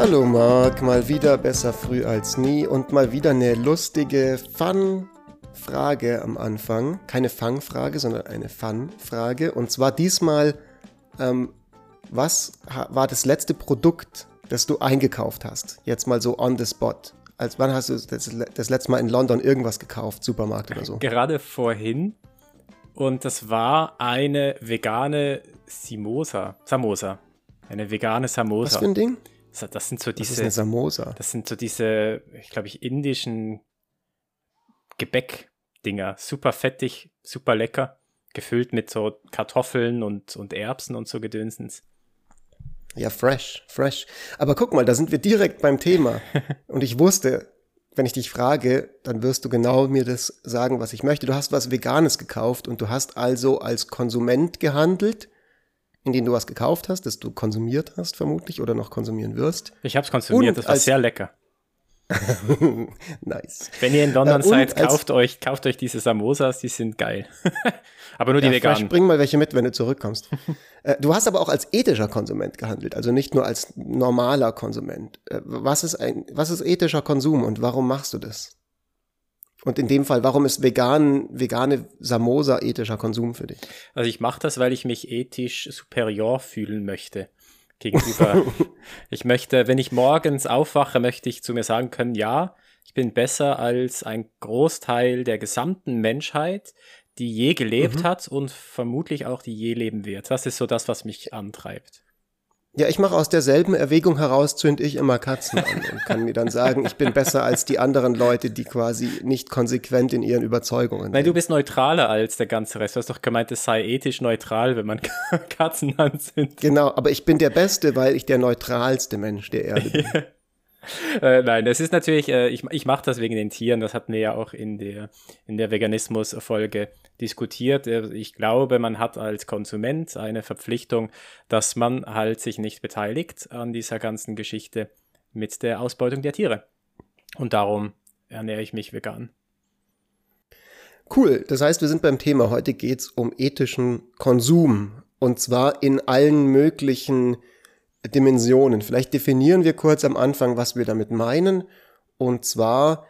Hallo Marc, mal wieder besser früh als nie und mal wieder eine lustige Fun-Frage am Anfang. Keine Fangfrage, sondern eine Fun-Frage. Und zwar diesmal, was war das letzte Produkt, das du eingekauft hast? Jetzt mal so on the spot. Wann hast du das letzte Mal in London irgendwas gekauft, Supermarkt oder so? Gerade vorhin. Und das war eine vegane Samosa. Eine vegane Samosa. Was für ein Ding? Das sind so diese. Das ist eine Samosa. Das sind so diese, ich glaube, indischen Gebäckdinger. Super fettig, super lecker. Gefüllt mit so Kartoffeln und Erbsen und so Gedönsens. Ja, fresh. Aber guck mal, da sind wir direkt beim Thema. Und ich wusste, wenn ich dich frage, dann wirst du genau mir das sagen, was ich möchte. Du hast was Veganes gekauft und du hast also als Konsument gehandelt, indem du was gekauft hast, das du konsumiert hast vermutlich oder noch konsumieren wirst. Ich habe es konsumiert, Und das war sehr lecker. Nice. Wenn ihr in London seid, kauft euch diese Samosas, die sind geil. Aber nur die veganen. Bring mal welche mit, wenn du zurückkommst. Du hast aber auch als ethischer Konsument gehandelt, also nicht nur als normaler Konsument. Was ist ethischer Konsum und warum machst du das? Und in dem Fall, warum ist vegane Samosa ethischer Konsum für dich? Also ich mache das, weil ich mich ethisch superior fühlen möchte gegenüber. Ich möchte, wenn ich morgens aufwache, möchte ich zu mir sagen können, ja, ich bin besser als ein Großteil der gesamten Menschheit, die je gelebt hat und vermutlich auch die je leben wird. Das ist so das, was mich antreibt. Ja, ich mache aus derselben Erwägung heraus, zünd ich immer Katzen an und kann mir dann sagen, ich bin besser als die anderen Leute, die quasi nicht konsequent in ihren Überzeugungen sind. Nein, du bist neutraler als der ganze Rest. Du hast doch gemeint, es sei ethisch neutral, wenn man Katzen anzündet. Genau, aber ich bin der Beste, weil ich der neutralste Mensch der Erde bin. Nein, das ist natürlich, ich mache das wegen den Tieren, das hatten wir ja auch in der Veganismus-Folge diskutiert. Ich glaube, man hat als Konsument eine Verpflichtung, dass man halt sich nicht beteiligt an dieser ganzen Geschichte mit der Ausbeutung der Tiere. Und darum ernähre ich mich vegan. Cool, das heißt, wir sind beim Thema. Heute geht's um ethischen Konsum und zwar in allen möglichen Dimensionen. Vielleicht definieren wir kurz am Anfang, was wir damit meinen. Und zwar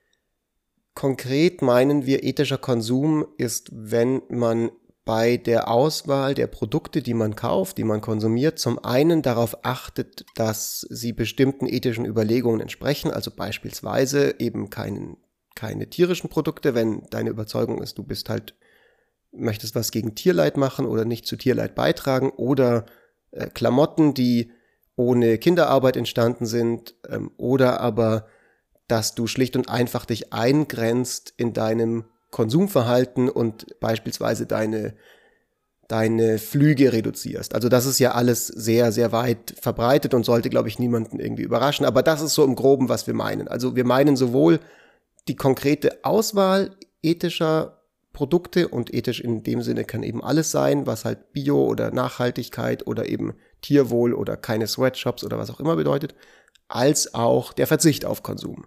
konkret meinen wir, ethischer Konsum ist, wenn man bei der Auswahl der Produkte, die man kauft, die man konsumiert, zum einen darauf achtet, dass sie bestimmten ethischen Überlegungen entsprechen, also beispielsweise eben keine tierischen Produkte, wenn deine Überzeugung ist, du möchtest was gegen Tierleid machen oder nicht zu Tierleid beitragen, oder Klamotten, die ohne Kinderarbeit entstanden sind, oder aber, dass du schlicht und einfach dich eingrenzt in deinem Konsumverhalten und beispielsweise deine Flüge reduzierst. Also das ist ja alles sehr, sehr weit verbreitet und sollte, glaube ich, niemanden irgendwie überraschen. Aber das ist so im Groben, was wir meinen. Also wir meinen sowohl die konkrete Auswahl ethischer Produkte, und ethisch in dem Sinne kann eben alles sein, was halt Bio oder Nachhaltigkeit oder eben Tierwohl oder keine Sweatshops oder was auch immer bedeutet, als auch der Verzicht auf Konsum,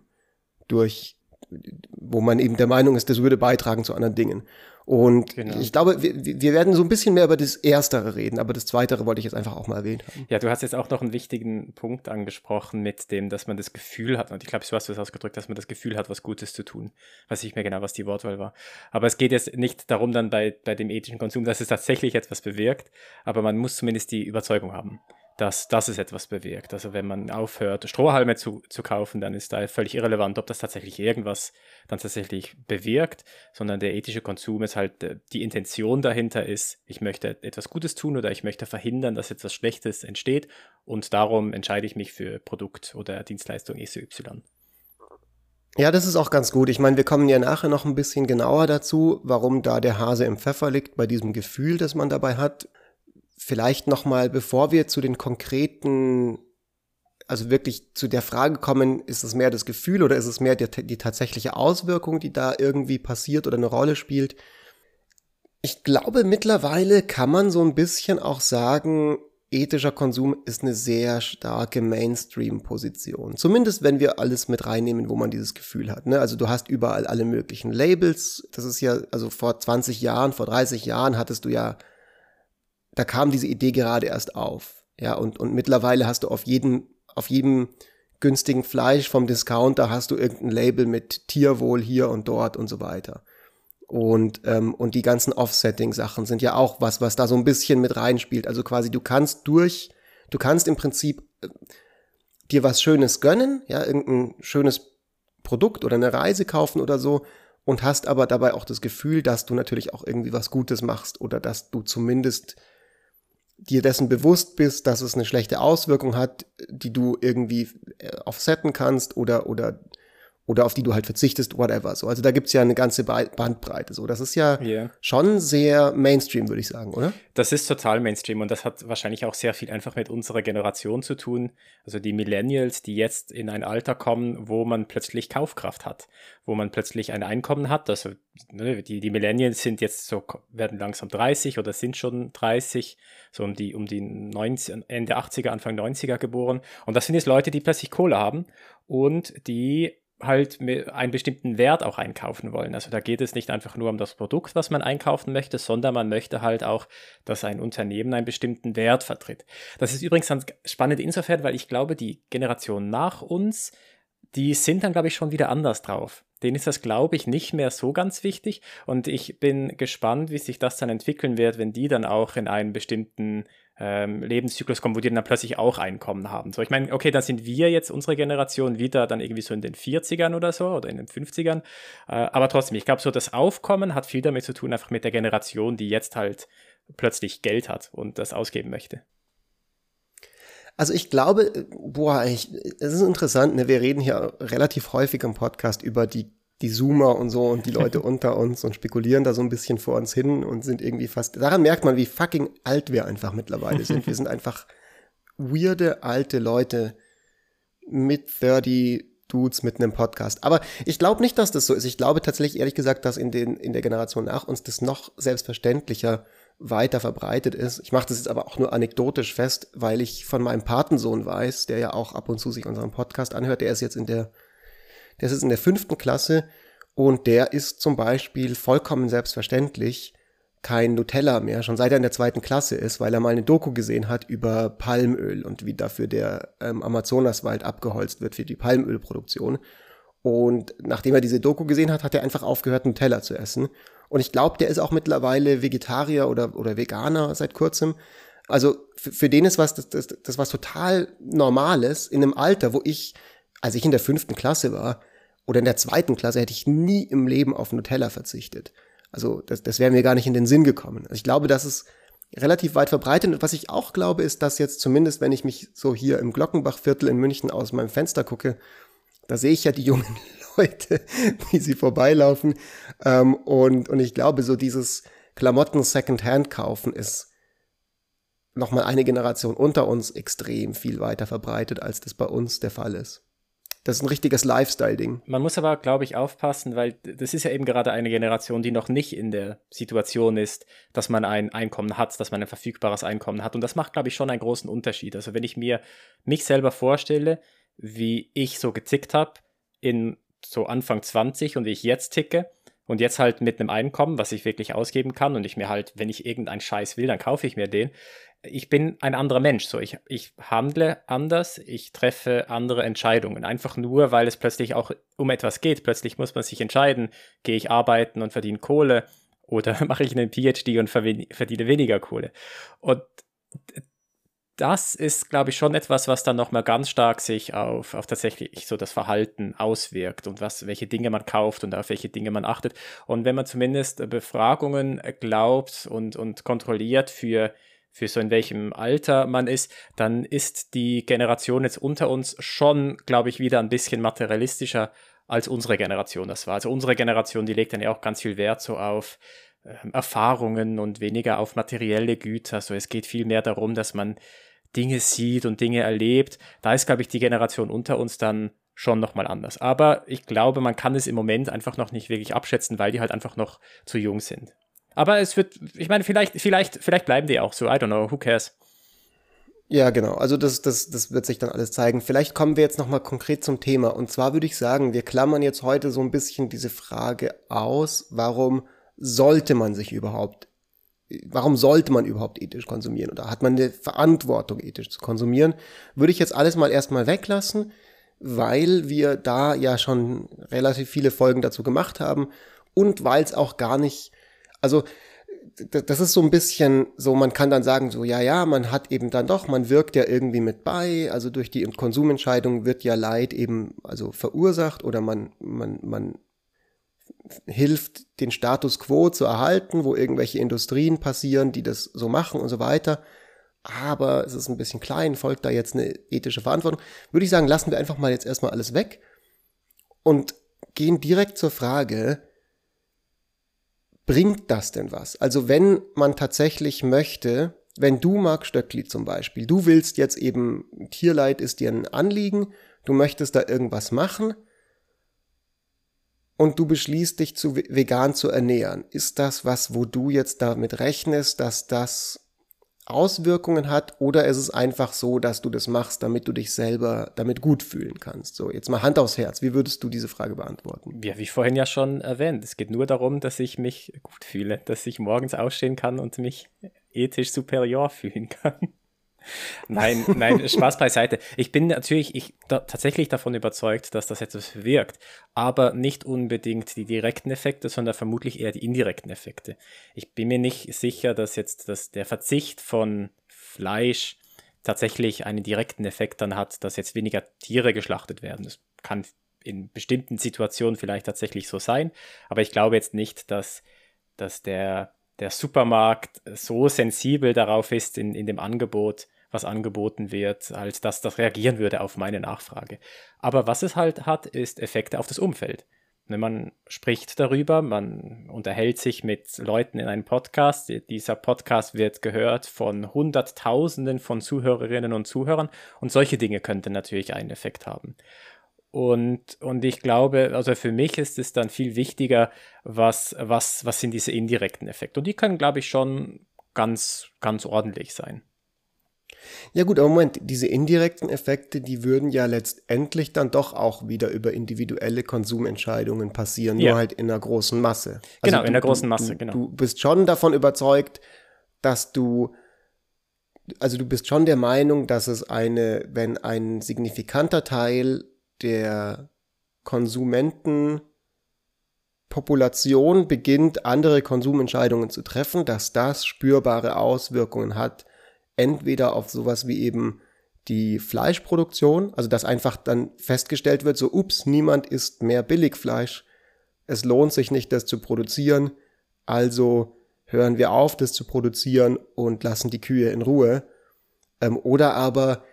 wo man eben der Meinung ist, das würde beitragen zu anderen Dingen. Und genau. Ich glaube, wir werden so ein bisschen mehr über das Erstere reden, aber das Zweitere wollte ich jetzt einfach auch mal erwähnt haben. Ja, du hast jetzt auch noch einen wichtigen Punkt angesprochen mit dem, dass man das Gefühl hat, und ich glaube, so hast du es ausgedrückt, dass man das Gefühl hat, was Gutes zu tun. Weiß nicht mehr genau, was die Wortwahl war. Aber es geht jetzt nicht darum dann bei dem ethischen Konsum, dass es tatsächlich etwas bewirkt, aber man muss zumindest die Überzeugung haben, dass es etwas bewirkt. Also wenn man aufhört, Strohhalme zu kaufen, dann ist da völlig irrelevant, ob das tatsächlich irgendwas dann tatsächlich bewirkt, sondern der ethische Konsum ist halt, die Intention dahinter ist, ich möchte etwas Gutes tun oder ich möchte verhindern, dass etwas Schlechtes entsteht, und darum entscheide ich mich für Produkt oder Dienstleistung XY. Ja, das ist auch ganz gut. Ich meine, wir kommen ja nachher noch ein bisschen genauer dazu, warum da der Hase im Pfeffer liegt, bei diesem Gefühl, das man dabei hat. Vielleicht nochmal, bevor wir zu den konkreten, also wirklich zu der Frage kommen, ist es mehr das Gefühl oder ist es mehr die tatsächliche Auswirkung, die da irgendwie passiert oder eine Rolle spielt? Ich glaube, mittlerweile kann man so ein bisschen auch sagen, ethischer Konsum ist eine sehr starke Mainstream-Position. Zumindest, wenn wir alles mit reinnehmen, wo man dieses Gefühl hat, ne? Also du hast überall alle möglichen Labels. Das ist ja, also vor 20 Jahren, vor 30 Jahren hattest du ja, da kam diese Idee gerade erst auf. Ja, und mittlerweile hast du auf jedem auf jedem günstigen Fleisch vom Discounter hast du irgendein Label mit Tierwohl hier und dort und so weiter. Und die ganzen Offsetting-Sachen sind ja auch was da so ein bisschen mit reinspielt. Also quasi du kannst im Prinzip dir was Schönes gönnen, ja, irgendein schönes Produkt oder eine Reise kaufen oder so und hast aber dabei auch das Gefühl, dass du natürlich auch irgendwie was Gutes machst oder dass du zumindest dir dessen bewusst bist, dass es eine schlechte Auswirkung hat, die du irgendwie offsetten kannst oder auf die du halt verzichtest, whatever. So, also da gibt's ja eine ganze Bandbreite. So, das ist ja schon sehr Mainstream, würde ich sagen, oder? Das ist total Mainstream und das hat wahrscheinlich auch sehr viel einfach mit unserer Generation zu tun. Also die Millennials, die jetzt in ein Alter kommen, wo man plötzlich Kaufkraft hat, wo man plötzlich ein Einkommen hat. Also die Millennials sind jetzt so, werden langsam 30 oder sind schon 30, so um die 90, Ende 80er, Anfang 90er geboren. Und das sind jetzt Leute, die plötzlich Kohle haben und die halt einen bestimmten Wert auch einkaufen wollen. Also da geht es nicht einfach nur um das Produkt, was man einkaufen möchte, sondern man möchte halt auch, dass ein Unternehmen einen bestimmten Wert vertritt. Das ist übrigens ganz spannend insofern, weil ich glaube, die Generation nach uns, die sind dann, glaube ich, schon wieder anders drauf. Denen ist das, glaube ich, nicht mehr so ganz wichtig und ich bin gespannt, wie sich das dann entwickeln wird, wenn die dann auch in einen bestimmten Lebenszyklus kommen, wo die dann plötzlich auch Einkommen haben. So, ich meine, okay, dann sind wir jetzt, unsere Generation, wieder dann irgendwie so in den 40ern oder so oder in den 50ern. Aber trotzdem, ich glaube, so das Aufkommen hat viel damit zu tun, einfach mit der Generation, die jetzt halt plötzlich Geld hat und das ausgeben möchte. Also ich glaube, es ist interessant, ne? Wir reden hier relativ häufig im Podcast über die Zoomer und so und die Leute unter uns und spekulieren da so ein bisschen vor uns hin und sind irgendwie fast, daran merkt man, wie fucking alt wir einfach mittlerweile sind. Wir sind einfach weirde, alte Leute mit 30 Dudes mit einem Podcast. Aber ich glaube nicht, dass das so ist. Ich glaube tatsächlich, ehrlich gesagt, dass in der Generation nach uns das noch selbstverständlicher weiter verbreitet ist. Ich mache das jetzt aber auch nur anekdotisch fest, weil ich von meinem Patensohn weiß, der ja auch ab und zu sich unseren Podcast anhört, der ist jetzt in der 5. Klasse und der ist zum Beispiel vollkommen selbstverständlich kein Nutella mehr, schon seit er in der 2. Klasse ist, weil er mal eine Doku gesehen hat über Palmöl und wie dafür der Amazonaswald abgeholzt wird für die Palmölproduktion. Und nachdem er diese Doku gesehen hat, hat er einfach aufgehört, Nutella zu essen. Und ich glaube, der ist auch mittlerweile Vegetarier oder Veganer seit kurzem. Also für den ist das was total Normales in einem Alter, als ich in der 5. Klasse war oder in der 2. Klasse, hätte ich nie im Leben auf Nutella verzichtet. Also das wäre mir gar nicht in den Sinn gekommen. Also ich glaube, das ist relativ weit verbreitet. Und was ich auch glaube, ist, dass jetzt zumindest, wenn ich mich so hier im Glockenbachviertel in München aus meinem Fenster gucke, da sehe ich ja die jungen Leute, wie sie vorbeilaufen. Und ich glaube, so dieses Klamotten Secondhand kaufen ist nochmal eine Generation unter uns extrem viel weiter verbreitet, als das bei uns der Fall ist. Das ist ein richtiges Lifestyle-Ding. Man muss aber, glaube ich, aufpassen, weil das ist ja eben gerade eine Generation, die noch nicht in der Situation ist, dass man ein Einkommen hat, dass man ein verfügbares Einkommen hat. Und das macht, glaube ich, schon einen großen Unterschied. Also wenn ich mir mich selber vorstelle, wie ich so getickt habe in so Anfang 20 und wie ich jetzt ticke und jetzt halt mit einem Einkommen, was ich wirklich ausgeben kann und ich mir halt, wenn ich irgendeinen Scheiß will, dann kaufe ich mir den. Ich bin ein anderer Mensch, so ich handle anders, ich treffe andere Entscheidungen, einfach nur, weil es plötzlich auch um etwas geht. Plötzlich muss man sich entscheiden, gehe ich arbeiten und verdiene Kohle oder mache ich einen PhD und verdiene weniger Kohle. Und das ist, glaube ich, schon etwas, was dann nochmal ganz stark sich auf tatsächlich so das Verhalten auswirkt und welche Dinge man kauft und auf welche Dinge man achtet. Und wenn man zumindest Befragungen glaubt und kontrolliert für so in welchem Alter man ist, dann ist die Generation jetzt unter uns schon, glaube ich, wieder ein bisschen materialistischer als unsere Generation das war. Also unsere Generation, die legt dann ja auch ganz viel Wert so auf Erfahrungen und weniger auf materielle Güter. So, es geht viel mehr darum, dass man Dinge sieht und Dinge erlebt. Da ist, glaube ich, die Generation unter uns dann schon nochmal anders. Aber ich glaube, man kann es im Moment einfach noch nicht wirklich abschätzen, weil die halt einfach noch zu jung sind. Aber es wird, ich meine, vielleicht bleiben die auch so. I don't know, who cares? Ja, genau. Also das wird sich dann alles zeigen. Vielleicht kommen wir jetzt nochmal konkret zum Thema. Und zwar würde ich sagen, wir klammern jetzt heute so ein bisschen diese Frage aus, warum sollte man sich überhaupt warum sollte man überhaupt ethisch konsumieren oder hat man eine Verantwortung, ethisch zu konsumieren, würde ich jetzt alles mal erstmal weglassen, weil wir da ja schon relativ viele Folgen dazu gemacht haben und weil es auch gar nicht, also das ist so ein bisschen so, man kann dann sagen so, ja, man hat eben dann doch, man wirkt ja irgendwie mit bei, also durch die Konsumentscheidung wird ja Leid eben also verursacht oder man hilft, den Status quo zu erhalten, wo irgendwelche Industrien passieren, die das so machen und so weiter. Aber es ist ein bisschen klein, folgt da jetzt eine ethische Verantwortung. Würde ich sagen, lassen wir einfach mal jetzt erstmal alles weg und gehen direkt zur Frage, bringt das denn was? Also wenn man tatsächlich möchte, wenn du, Marc Stöckli zum Beispiel, du willst jetzt eben, Tierleid ist dir ein Anliegen, du möchtest da irgendwas machen und du beschließt dich vegan zu ernähren. Ist das was, wo du jetzt damit rechnest, dass das Auswirkungen hat oder ist es einfach so, dass du das machst, damit du dich selber damit gut fühlen kannst? So, jetzt mal Hand aufs Herz. Wie würdest du diese Frage beantworten? Ja, wie vorhin ja schon erwähnt, es geht nur darum, dass ich mich gut fühle, dass ich morgens aufstehen kann und mich ethisch superior fühlen kann. Nein, Spaß beiseite. Ich bin natürlich tatsächlich davon überzeugt, dass das etwas wirkt, aber nicht unbedingt die direkten Effekte, sondern vermutlich eher die indirekten Effekte. Ich bin mir nicht sicher, dass der Verzicht von Fleisch tatsächlich einen direkten Effekt dann hat, dass jetzt weniger Tiere geschlachtet werden. Das kann in bestimmten Situationen vielleicht tatsächlich so sein, aber ich glaube jetzt nicht, dass der Supermarkt so sensibel darauf ist in dem Angebot, was angeboten wird, als dass das reagieren würde auf meine Nachfrage. Aber was es halt hat, ist Effekte auf das Umfeld. Man spricht darüber, man unterhält sich mit Leuten in einem Podcast. Dieser Podcast wird gehört von Hunderttausenden von Zuhörerinnen und Zuhörern und solche Dinge könnten natürlich einen Effekt haben. Und ich glaube, also für mich ist es dann viel wichtiger, was sind diese indirekten Effekte. Und die können, glaube ich, schon ganz, ganz ordentlich sein. Ja gut, aber Moment, diese indirekten Effekte, die würden ja letztendlich dann doch auch wieder über individuelle Konsumentscheidungen passieren, nur halt in einer großen Masse. Also genau, in einer großen Masse, genau. Du bist schon davon überzeugt, dass du bist schon der Meinung, dass wenn ein signifikanter Teil der Konsumentenpopulation beginnt, andere Konsumentscheidungen zu treffen, dass das spürbare Auswirkungen hat, entweder auf sowas wie eben die Fleischproduktion, also dass einfach dann festgestellt wird, so niemand isst mehr Billigfleisch, es lohnt sich nicht, das zu produzieren, also hören wir auf, das zu produzieren und lassen die Kühe in Ruhe. Oder aber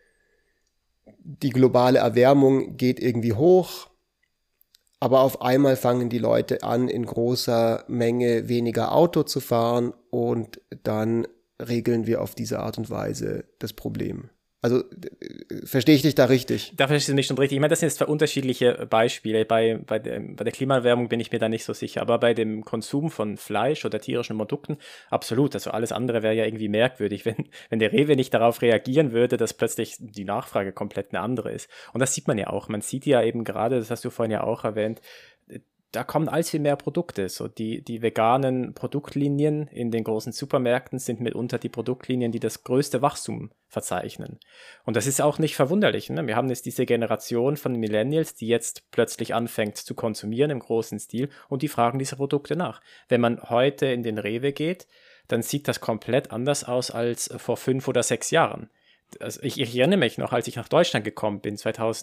die globale Erwärmung geht irgendwie hoch, aber auf einmal fangen die Leute an, in großer Menge weniger Auto zu fahren und dann regeln wir auf diese Art und Weise das Problem. Also verstehe ich dich da richtig? Da verstehst du mich schon richtig. Ich meine, das sind jetzt zwei unterschiedliche Beispiele. Bei der Klimaerwärmung bin ich mir da nicht so sicher. Aber bei dem Konsum von Fleisch oder tierischen Produkten, absolut. Also alles andere wäre ja irgendwie merkwürdig, wenn der Rewe nicht darauf reagieren würde, dass plötzlich die Nachfrage komplett eine andere ist. Und das sieht man ja auch. Man sieht ja eben gerade, das hast du vorhin ja auch erwähnt, da kommen all viel mehr Produkte. So die veganen Produktlinien in den großen Supermärkten sind mitunter die Produktlinien, die das größte Wachstum verzeichnen. Und das ist auch nicht verwunderlich. Ne? Wir haben jetzt diese Generation von Millennials, die jetzt plötzlich anfängt zu konsumieren im großen Stil und die fragen diese Produkte nach. Wenn man heute in den Rewe geht, dann sieht das komplett anders aus als vor 5 oder 6 Jahren. Also ich erinnere mich noch, als ich nach Deutschland gekommen bin,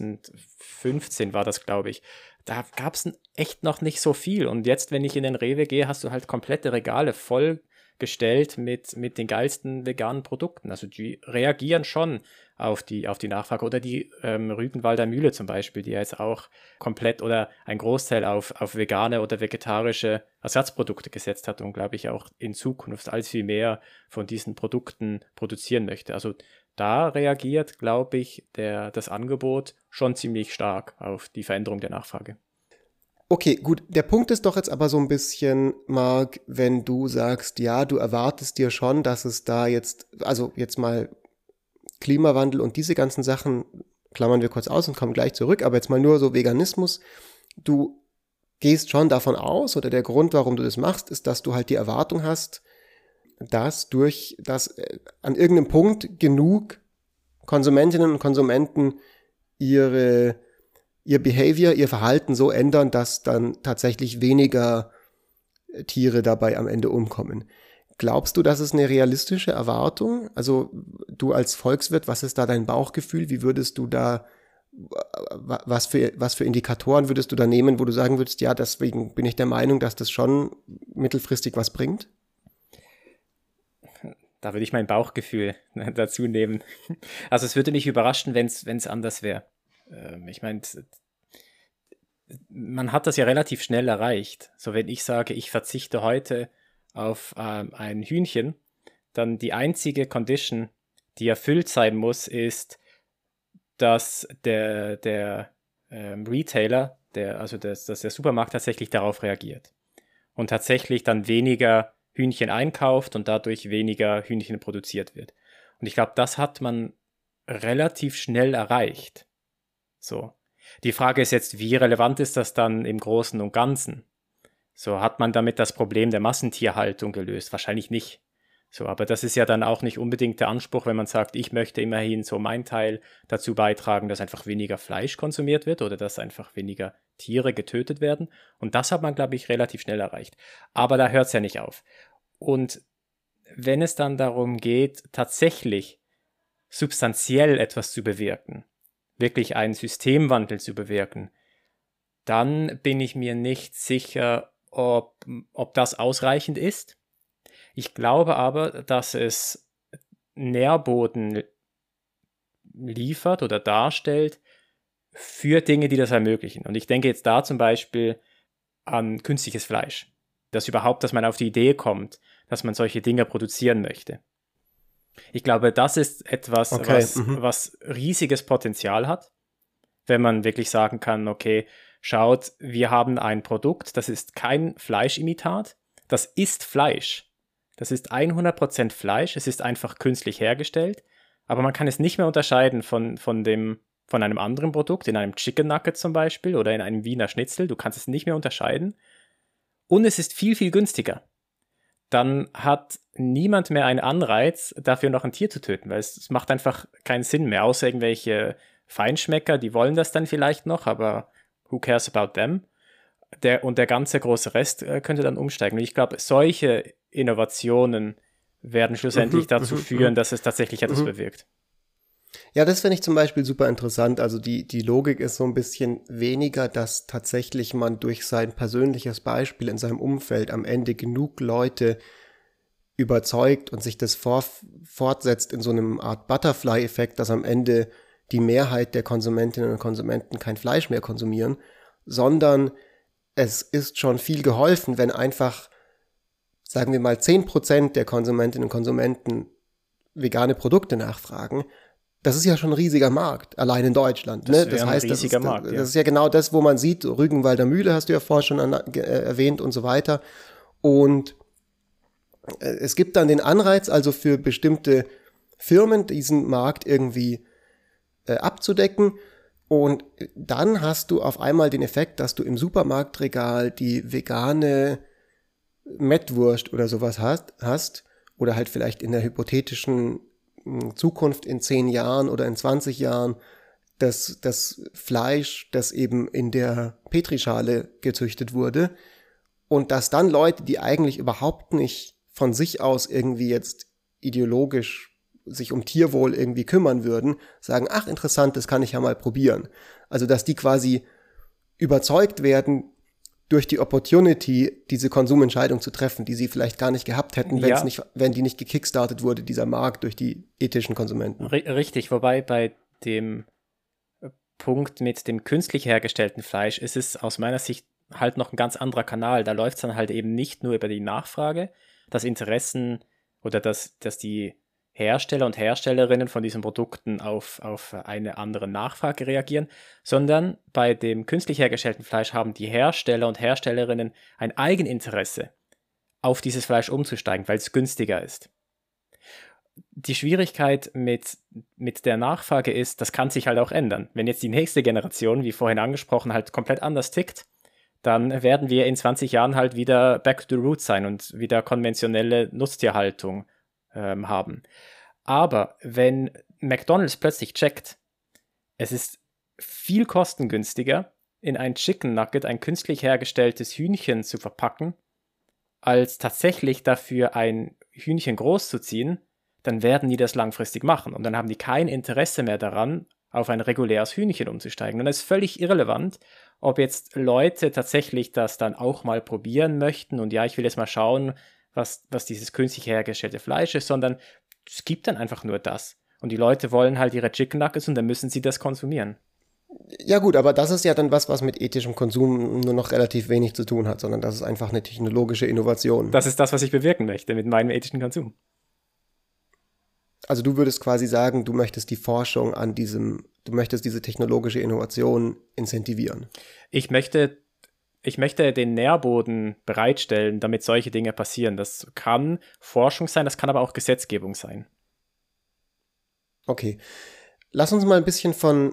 2015 war das, glaube ich, da gab es echt noch nicht so viel. Und jetzt, wenn ich in den Rewe gehe, hast du halt komplette Regale vollgestellt mit den geilsten veganen Produkten. Also die reagieren schon auf die Nachfrage. Oder die Rügenwalder Mühle zum Beispiel, die ja jetzt auch komplett oder ein Großteil auf vegane oder vegetarische Ersatzprodukte gesetzt hat und, glaube ich, auch in Zukunft als viel mehr von diesen Produkten produzieren möchte. Also da reagiert, glaube ich, das Angebot schon ziemlich stark auf die Veränderung der Nachfrage. Okay, gut. Der Punkt ist doch jetzt aber so ein bisschen, Marc, wenn du sagst, ja, du erwartest dir schon, dass es da jetzt, also jetzt mal Klimawandel und diese ganzen Sachen klammern wir kurz aus und kommen gleich zurück, aber jetzt mal nur so Veganismus. Du gehst schon davon aus, oder der Grund, warum du das machst, ist, dass du halt die Erwartung hast, dass an irgendeinem Punkt genug Konsumentinnen und Konsumenten ihr Behavior, ihr Verhalten so ändern, dass dann tatsächlich weniger Tiere dabei am Ende umkommen. Glaubst du, das ist eine realistische Erwartung? Also du als Volkswirt, was ist da dein Bauchgefühl? Wie würdest du da, was für Indikatoren würdest du da nehmen, wo du sagen würdest, ja, deswegen bin ich der Meinung, dass das schon mittelfristig was bringt? Da würde ich mein Bauchgefühl dazu nehmen. Also es würde mich überraschen, wenn es anders wäre. Ich meine, man hat das ja relativ schnell erreicht. So, wenn ich sage, ich verzichte heute auf ein Hühnchen, dann die einzige Condition, die erfüllt sein muss, ist, dass der Retailer, dass der Supermarkt tatsächlich darauf reagiert und tatsächlich dann weniger Hühnchen einkauft und dadurch weniger Hühnchen produziert wird. Und ich glaube, das hat man relativ schnell erreicht. So. Die Frage ist jetzt, wie relevant ist das dann im Großen und Ganzen? So, hat man damit das Problem der Massentierhaltung gelöst? Wahrscheinlich nicht. So, aber das ist ja dann auch nicht unbedingt der Anspruch, wenn man sagt, ich möchte immerhin so meinen Teil dazu beitragen, dass einfach weniger Fleisch konsumiert wird oder dass einfach weniger Tiere getötet werden. Und das hat man, glaube ich, relativ schnell erreicht. Aber da hört es ja nicht auf. Und wenn es dann darum geht, tatsächlich substanziell etwas zu bewirken, wirklich einen Systemwandel zu bewirken, dann bin ich mir nicht sicher, ob das ausreichend ist. Ich glaube aber, dass es Nährboden liefert oder darstellt für Dinge, die das ermöglichen. Und ich denke jetzt da zum Beispiel an künstliches Fleisch. Dass man auf die Idee kommt, dass man solche Dinge produzieren möchte. Ich glaube, das ist etwas, was riesiges Potenzial hat, wenn man wirklich sagen kann, okay, schaut, wir haben ein Produkt, das ist kein Fleischimitat, das ist Fleisch. Das ist 100% Fleisch, es ist einfach künstlich hergestellt, aber man kann es nicht mehr unterscheiden von einem anderen Produkt, in einem Chicken Nugget zum Beispiel oder in einem Wiener Schnitzel, du kannst es nicht mehr unterscheiden. Und es ist viel, viel günstiger. Dann hat niemand mehr einen Anreiz, dafür noch ein Tier zu töten, weil es macht einfach keinen Sinn mehr, außer irgendwelche Feinschmecker, die wollen das dann vielleicht noch, aber who cares about them? Der ganze große Rest könnte dann umsteigen. Und ich glaube, solche Innovationen werden schlussendlich dazu führen, dass es tatsächlich etwas bewirkt. Ja, das finde ich zum Beispiel super interessant. Also die Logik ist so ein bisschen weniger, dass tatsächlich man durch sein persönliches Beispiel in seinem Umfeld am Ende genug Leute überzeugt und sich das fortsetzt in so einem Art Butterfly-Effekt, dass am Ende die Mehrheit der Konsumentinnen und Konsumenten kein Fleisch mehr konsumieren, sondern es ist schon viel geholfen, wenn einfach, sagen wir mal, 10% der Konsumentinnen und Konsumenten vegane Produkte nachfragen. Das ist ja schon ein riesiger Markt, allein in Deutschland. Ne? Das heißt, das ist ja genau das, wo man sieht, Rügenwalder Mühle hast du ja vorher schon erwähnt und so weiter. Und es gibt dann den Anreiz, also für bestimmte Firmen diesen Markt irgendwie abzudecken. Und dann hast du auf einmal den Effekt, dass du im Supermarktregal die vegane Mettwurst oder sowas hast oder halt vielleicht in der hypothetischen Zukunft in 10 Jahren oder in 20 Jahren das Fleisch, das eben in der Petrischale gezüchtet wurde und dass dann Leute, die eigentlich überhaupt nicht von sich aus irgendwie jetzt ideologisch sich um Tierwohl irgendwie kümmern würden, sagen, ach interessant, das kann ich ja mal probieren. Also dass die quasi überzeugt werden, durch die Opportunity, diese Konsumentscheidung zu treffen, die sie vielleicht gar nicht gehabt hätten, wenn die nicht gekickstartet wurde, dieser Markt durch die ethischen Konsumenten. Richtig, wobei bei dem Punkt mit dem künstlich hergestellten Fleisch ist es aus meiner Sicht halt noch ein ganz anderer Kanal. Da läuft es dann halt eben nicht nur über die Nachfrage, dass Interessen oder dass die Hersteller und Herstellerinnen von diesen Produkten auf eine andere Nachfrage reagieren, sondern bei dem künstlich hergestellten Fleisch haben die Hersteller und Herstellerinnen ein Eigeninteresse, auf dieses Fleisch umzusteigen, weil es günstiger ist. Die Schwierigkeit mit der Nachfrage ist, das kann sich halt auch ändern. Wenn jetzt die nächste Generation, wie vorhin angesprochen, halt komplett anders tickt, dann werden wir in 20 Jahren halt wieder back to the roots sein und wieder konventionelle Nutztierhaltung haben. Aber wenn McDonald's plötzlich checkt, es ist viel kostengünstiger, in ein Chicken Nugget ein künstlich hergestelltes Hühnchen zu verpacken, als tatsächlich dafür ein Hühnchen großzuziehen, dann werden die das langfristig machen. Und dann haben die kein Interesse mehr daran, auf ein reguläres Hühnchen umzusteigen. Und es ist völlig irrelevant, ob jetzt Leute tatsächlich das dann auch mal probieren möchten und ja, ich will jetzt mal schauen, was dieses künstlich hergestellte Fleisch ist, sondern es gibt dann einfach nur das. Und die Leute wollen halt ihre Chicken Nuggets und dann müssen sie das konsumieren. Ja gut, aber das ist ja dann was mit ethischem Konsum nur noch relativ wenig zu tun hat, sondern das ist einfach eine technologische Innovation. Das ist das, was ich bewirken möchte mit meinem ethischen Konsum. Also du würdest quasi sagen, du möchtest die Forschung du möchtest diese technologische Innovation incentivieren. Ich möchte den Nährboden bereitstellen, damit solche Dinge passieren. Das kann Forschung sein, das kann aber auch Gesetzgebung sein. Okay. Lass uns mal ein bisschen von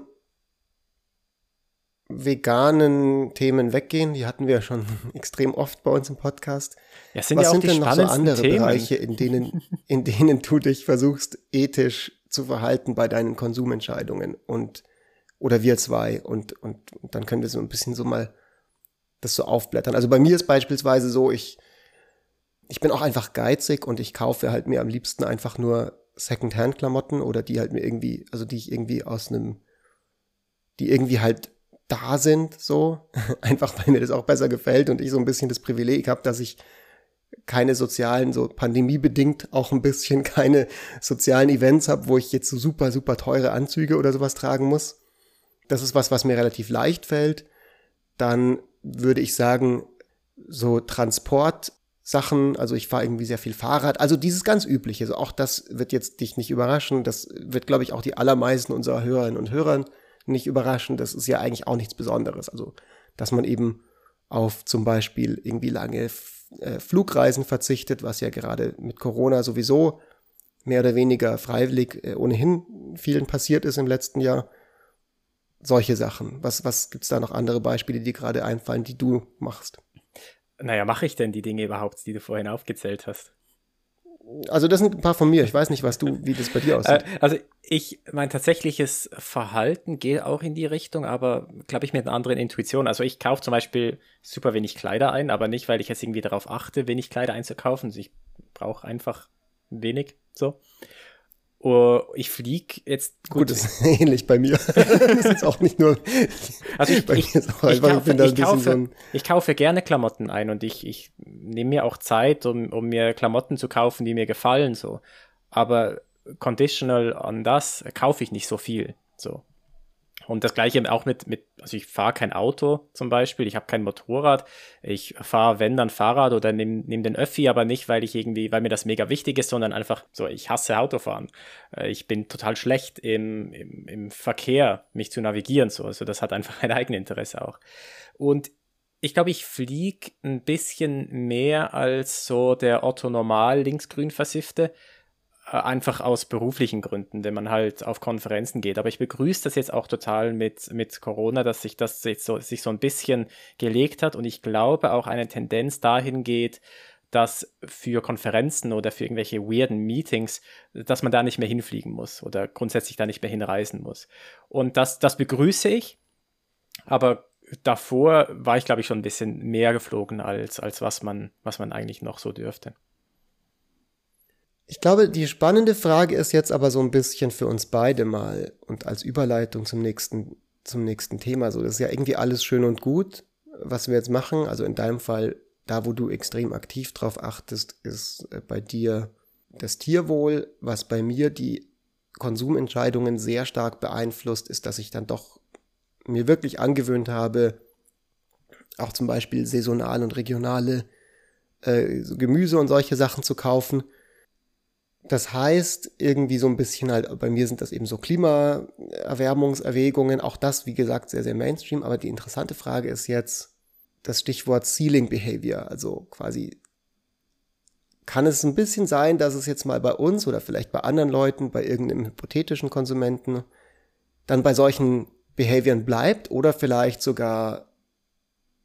veganen Themen weggehen. Die hatten wir ja schon extrem oft bei uns im Podcast. Ja, sind Was ja auch sind die denn noch so andere Themen. Bereiche, in denen du dich versuchst, ethisch zu verhalten bei deinen Konsumentscheidungen oder wir zwei und dann können wir so ein bisschen so mal das so aufblättern. Also bei mir ist beispielsweise so, ich bin auch einfach geizig und ich kaufe halt mir am liebsten einfach nur Secondhand-Klamotten oder die halt mir irgendwie, also die ich irgendwie die irgendwie halt da sind, so, einfach weil mir das auch besser gefällt und ich so ein bisschen das Privileg habe, dass ich keine sozialen, so pandemiebedingt auch ein bisschen keine sozialen Events habe, wo ich jetzt so super, super teure Anzüge oder sowas tragen muss. Das ist was mir relativ leicht fällt. Dann würde ich sagen, so Transportsachen, also ich fahre irgendwie sehr viel Fahrrad, also dieses ganz Übliche, also auch das wird jetzt dich nicht überraschen, das wird, glaube ich, auch die allermeisten unserer Hörerinnen und Hörer nicht überraschen, das ist ja eigentlich auch nichts Besonderes, also dass man eben auf zum Beispiel irgendwie lange Flugreisen verzichtet, was ja gerade mit Corona sowieso mehr oder weniger freiwillig ohnehin vielen passiert ist im letzten Jahr. Solche Sachen. Was gibt's da noch andere Beispiele, die dir gerade einfallen, die du machst? Naja, mache ich denn die Dinge überhaupt, die du vorhin aufgezählt hast? Also das sind ein paar von mir. Ich weiß nicht, wie das bei dir aussieht. Also mein tatsächliches Verhalten geht auch in die Richtung, aber glaube ich mit einer anderen Intuition. Also ich kaufe zum Beispiel super wenig Kleider ein, aber nicht, weil ich jetzt irgendwie darauf achte, wenig Kleider einzukaufen. Also ich brauche einfach wenig, so. Ich fliege jetzt gut, das ist ähnlich bei mir. Das ist jetzt auch nicht nur. Also ich kaufe gerne Klamotten ein und ich nehme mir auch Zeit, um mir Klamotten zu kaufen, die mir gefallen, so. Aber conditional on das kaufe ich nicht so viel, so. Und das Gleiche auch also ich fahre kein Auto zum Beispiel, ich habe kein Motorrad, ich fahre, wenn, dann Fahrrad oder nehm den Öffi, aber nicht, weil mir das mega wichtig ist, sondern einfach so, ich hasse Autofahren. Ich bin total schlecht im Verkehr, mich zu navigieren, so. Also das hat einfach ein Eigeninteresse auch. Und ich glaube, ich fliege ein bisschen mehr als so der Otto Normal linksgrün Versiffte, einfach aus beruflichen Gründen, wenn man halt auf Konferenzen geht. Aber ich begrüße das jetzt auch total mit Corona, dass sich das jetzt sich so ein bisschen gelegt hat und ich glaube auch eine Tendenz dahin geht, dass für Konferenzen oder für irgendwelche weirden Meetings, dass man da nicht mehr hinfliegen muss oder grundsätzlich da nicht mehr hinreisen muss. Und das begrüße ich, aber davor war ich, glaube ich, schon ein bisschen mehr geflogen, als was man eigentlich noch so dürfte. Ich glaube, die spannende Frage ist jetzt aber so ein bisschen für uns beide mal und als Überleitung zum nächsten Thema. So, das ist ja irgendwie alles schön und gut, was wir jetzt machen. Also in deinem Fall, da wo du extrem aktiv drauf achtest, ist bei dir das Tierwohl. Was bei mir die Konsumentscheidungen sehr stark beeinflusst, ist, dass ich dann doch mir wirklich angewöhnt habe, auch zum Beispiel saisonale und regionale so Gemüse und solche Sachen zu kaufen. Das heißt, irgendwie so ein bisschen halt, bei mir sind das eben so Klimaerwärmungserwägungen, auch das, wie gesagt, sehr, sehr Mainstream, aber die interessante Frage ist jetzt das Stichwort Ceiling Behavior, also quasi, kann es ein bisschen sein, dass es jetzt mal bei uns oder vielleicht bei anderen Leuten, bei irgendeinem hypothetischen Konsumenten, dann bei solchen Behavioren bleibt oder vielleicht sogar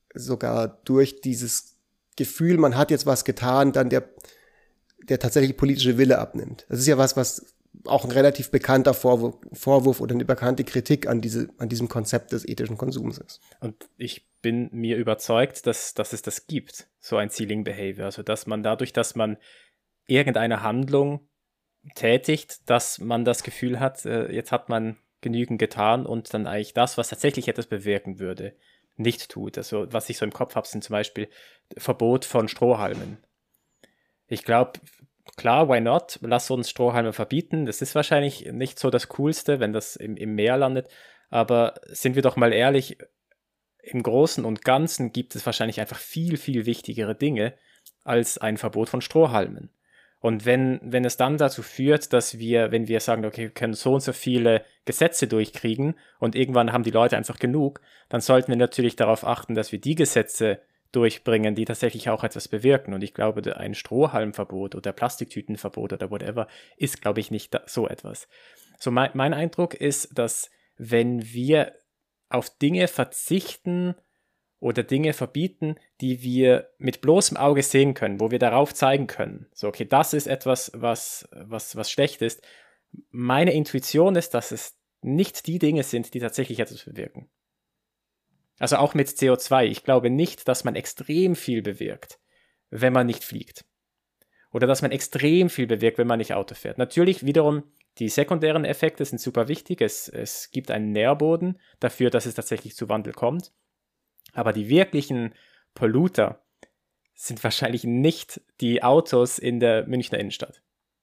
sogar durch dieses Gefühl, man hat jetzt was getan, dann der tatsächlich politische Wille abnimmt. Das ist ja was auch ein relativ bekannter Vorwurf oder eine bekannte Kritik an diesem Konzept des ethischen Konsums ist. Und ich bin mir überzeugt, dass es das gibt, so ein Ceiling Behavior. Also dass man dadurch, dass man irgendeine Handlung tätigt, dass man das Gefühl hat, jetzt hat man genügend getan und dann eigentlich das, was tatsächlich etwas bewirken würde, nicht tut. Also was ich so im Kopf habe, sind zum Beispiel Verbot von Strohhalmen. Ich glaube, klar, why not? Lass uns Strohhalme verbieten. Das ist wahrscheinlich nicht so das Coolste, wenn das im Meer landet. Aber sind wir doch mal ehrlich, im Großen und Ganzen gibt es wahrscheinlich einfach viel, viel wichtigere Dinge als ein Verbot von Strohhalmen. Und wenn es dann dazu führt, dass wenn wir sagen, okay, wir können so und so viele Gesetze durchkriegen und irgendwann haben die Leute einfach genug, dann sollten wir natürlich darauf achten, dass wir die Gesetze durchbringen, die tatsächlich auch etwas bewirken. Und ich glaube, ein Strohhalmverbot oder Plastiktütenverbot oder whatever ist, glaube ich, nicht so etwas. So mein Eindruck ist, dass wenn wir auf Dinge verzichten oder Dinge verbieten, die wir mit bloßem Auge sehen können, wo wir darauf zeigen können, so, okay, das ist etwas, was schlecht ist. Meine Intuition ist, dass es nicht die Dinge sind, die tatsächlich etwas bewirken. Also auch mit CO2. Ich glaube nicht, dass man extrem viel bewirkt, wenn man nicht fliegt. Oder dass man extrem viel bewirkt, wenn man nicht Auto fährt. Natürlich wiederum, die sekundären Effekte sind super wichtig. Es gibt einen Nährboden dafür, dass es tatsächlich zu Wandel kommt. Aber die wirklichen Polluter sind wahrscheinlich nicht die Autos in der Münchner Innenstadt.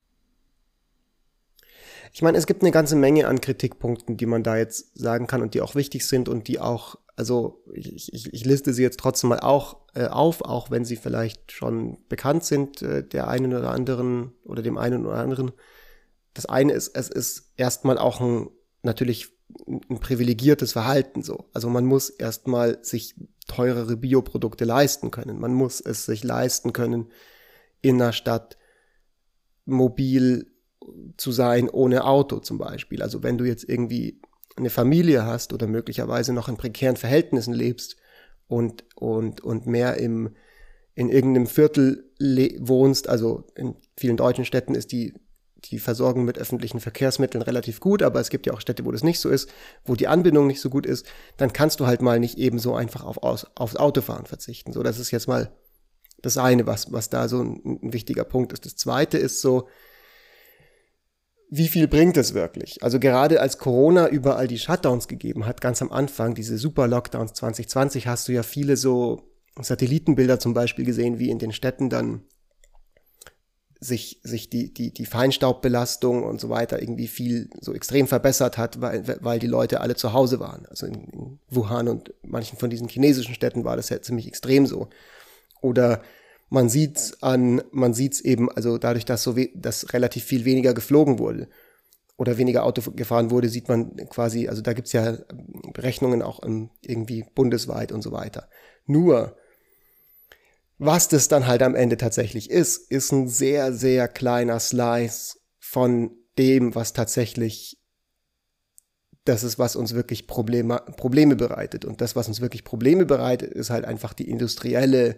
Ich meine, es gibt eine ganze Menge an Kritikpunkten, die man da jetzt sagen kann und die auch wichtig sind und die auch, also ich liste sie jetzt trotzdem mal auch wenn sie vielleicht schon bekannt sind, der einen oder anderen oder dem einen oder anderen. Das eine ist, es ist erstmal auch natürlich ein privilegiertes Verhalten so. Also man muss erstmal sich teurere Bioprodukte leisten können. Man muss es sich leisten können, in einer Stadt mobil zu sein ohne Auto zum Beispiel. Also wenn du jetzt irgendwie eine Familie hast oder möglicherweise noch in prekären Verhältnissen lebst und mehr in irgendeinem Viertel wohnst, also in vielen deutschen Städten ist die Versorgung mit öffentlichen Verkehrsmitteln relativ gut, aber es gibt ja auch Städte, wo das nicht so ist, wo die Anbindung nicht so gut ist, dann kannst du halt mal nicht eben so einfach aufs Autofahren verzichten. So, das ist jetzt mal das eine, was da so ein wichtiger Punkt ist. Das zweite ist so, wie viel bringt es wirklich? Also gerade als Corona überall die Shutdowns gegeben hat, ganz am Anfang, diese Super-Lockdowns 2020, hast du ja viele so Satellitenbilder zum Beispiel gesehen, wie in den Städten dann sich die Feinstaubbelastung und so weiter irgendwie viel so extrem verbessert hat, weil die Leute alle zu Hause waren. Also in Wuhan und manchen von diesen chinesischen Städten war das ja ziemlich extrem so. Oder man sieht's eben, also dadurch, dass dass relativ viel weniger geflogen wurde oder weniger Auto gefahren wurde, sieht man quasi, also da gibt's ja Berechnungen auch irgendwie bundesweit und so weiter. Nur, was das dann halt am Ende tatsächlich ist ein sehr, sehr kleiner Slice von dem, was tatsächlich das ist, was uns wirklich Probleme bereitet. Und das, was uns wirklich Probleme bereitet, ist halt einfach der industrielle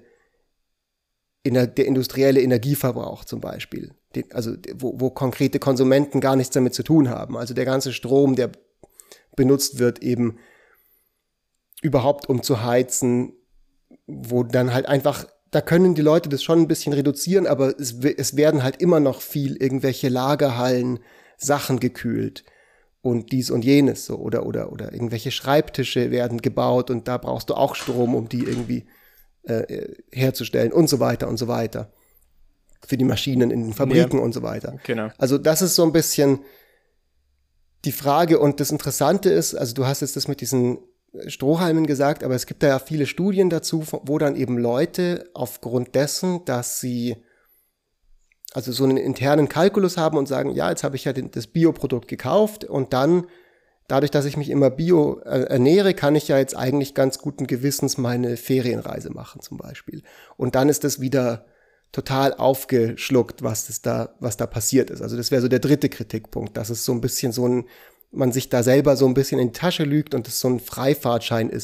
Energieverbrauch zum Beispiel. Wo konkrete Konsumenten gar nichts damit zu tun haben. Also der ganze Strom, der benutzt wird eben überhaupt um zu heizen, wo dann halt einfach, da können die Leute das schon ein bisschen reduzieren, aber es werden halt immer noch viel irgendwelche Lagerhallen, Sachen gekühlt und dies und jenes so oder irgendwelche Schreibtische werden gebaut und da brauchst du auch Strom, um die irgendwie herzustellen und so weiter und so weiter. Für die Maschinen in den Fabriken und so weiter. Genau. Also das ist so ein bisschen die Frage und das Interessante ist, also du hast jetzt das mit diesen Strohhalmen gesagt, aber es gibt da ja viele Studien dazu, wo dann eben Leute aufgrund dessen, dass sie also so einen internen Kalkulus haben und sagen, ja, jetzt habe ich ja das Bioprodukt gekauft und dann, dadurch, dass ich mich immer bio ernähre, kann ich ja jetzt eigentlich ganz guten Gewissens meine Ferienreise machen zum Beispiel. Und dann ist das wieder total aufgeschluckt, was da passiert ist. Also das wäre so der dritte Kritikpunkt, dass es so ein bisschen man sich da selber so ein bisschen in die Tasche lügt und es so ein Freifahrtschein ist,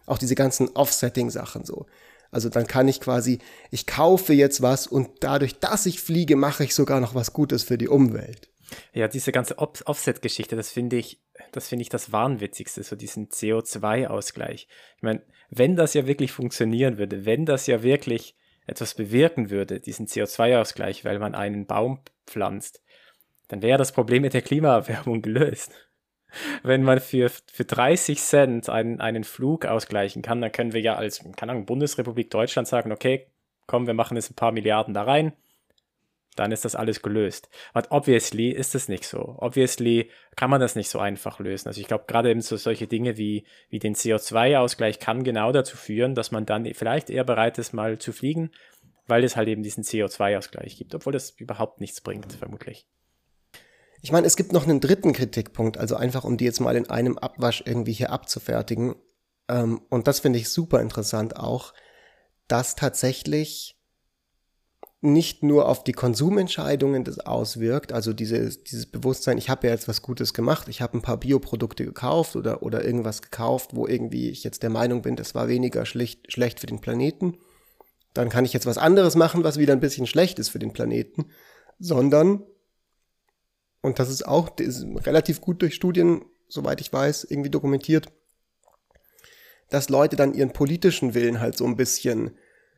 Auch diese ganzen Offsetting-Sachen so. Also dann kann ich quasi, ich kaufe jetzt was und dadurch, dass ich fliege, mache ich sogar noch was Gutes für die Umwelt. Ja, diese ganze Offset-Geschichte, das finde ich das Wahnwitzigste, so diesen CO2-Ausgleich. Ich meine, wenn das ja wirklich funktionieren würde, wenn das ja wirklich etwas bewirken würde, diesen CO2-Ausgleich, weil man einen Baum pflanzt, dann wäre das Problem mit der Klimaerwärmung gelöst. Wenn man für 30 Cent einen Flug ausgleichen kann, dann können wir ja als, keine Ahnung, Bundesrepublik Deutschland sagen, okay, komm, wir machen jetzt ein paar Milliarden da rein, dann ist das alles gelöst. Aber obviously ist das nicht so. Obviously kann man das nicht so einfach lösen. Also ich glaube, gerade eben so solche Dinge wie den CO2-Ausgleich kann genau dazu führen, dass man dann vielleicht eher bereit ist, mal zu fliegen, weil es halt eben diesen CO2-Ausgleich gibt, obwohl das überhaupt nichts bringt, vermutlich. Ich meine, es gibt noch einen dritten Kritikpunkt, also einfach, um die jetzt mal in einem Abwasch irgendwie hier abzufertigen. Und das finde ich super interessant auch, dass tatsächlich nicht nur auf die Konsumentscheidungen das auswirkt, also dieses Bewusstsein, ich habe ja jetzt was Gutes gemacht, ich habe ein paar Bioprodukte gekauft oder irgendwas gekauft, wo irgendwie ich jetzt der Meinung bin, das war weniger schlecht für den Planeten, dann kann ich jetzt was anderes machen, was wieder ein bisschen schlecht ist für den Planeten, sondern, und das ist relativ gut durch Studien, soweit ich weiß, irgendwie dokumentiert, dass Leute dann ihren politischen Willen halt so ein bisschen,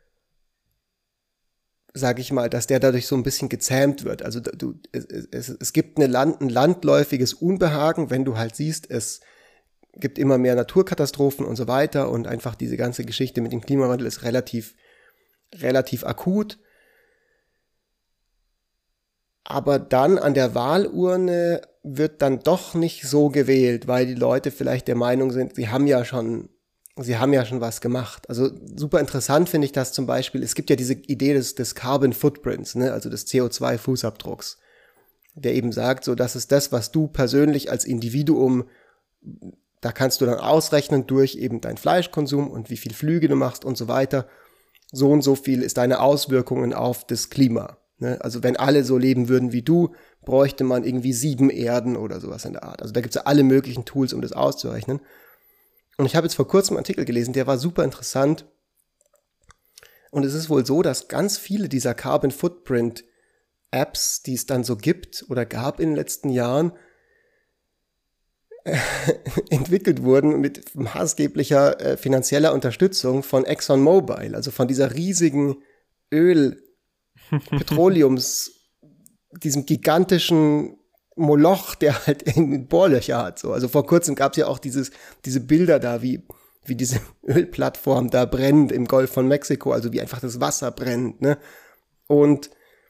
sage ich mal, dass der dadurch so ein bisschen gezähmt wird. Also es gibt ein landläufiges Unbehagen, wenn du halt siehst, es gibt immer mehr Naturkatastrophen und so weiter und einfach diese ganze Geschichte mit dem Klimawandel ist relativ akut. Aber dann an der Wahlurne wird dann doch nicht so gewählt, weil die Leute vielleicht der Meinung sind, sie haben ja schon was gemacht. Also super interessant finde ich das zum Beispiel, es gibt ja diese Idee des Carbon Footprints, ne, also des CO2-Fußabdrucks, der eben sagt, so, das ist das, was du persönlich als Individuum, da kannst du dann ausrechnen durch eben deinen Fleischkonsum und wie viel Flüge du machst und so weiter. So und so viel ist deine Auswirkungen auf das Klima. Ne? Also wenn alle so leben würden wie du, bräuchte man irgendwie 7 Erden oder sowas in der Art. Also da gibt es ja alle möglichen Tools, um das auszurechnen. Und ich habe jetzt vor kurzem einen Artikel gelesen, der war super interessant. Und es ist wohl so, dass ganz viele dieser Carbon Footprint Apps, die es dann so gibt oder gab in den letzten Jahren, entwickelt wurden mit maßgeblicher finanzieller Unterstützung von ExxonMobil, also von dieser riesigen diesem gigantischen Moloch, der halt Bohrlöcher hat. So. Also vor kurzem gab es ja auch diese Bilder da, wie diese Ölplattform da brennt im Golf von Mexiko, also wie einfach das Wasser brennt. Ne? Und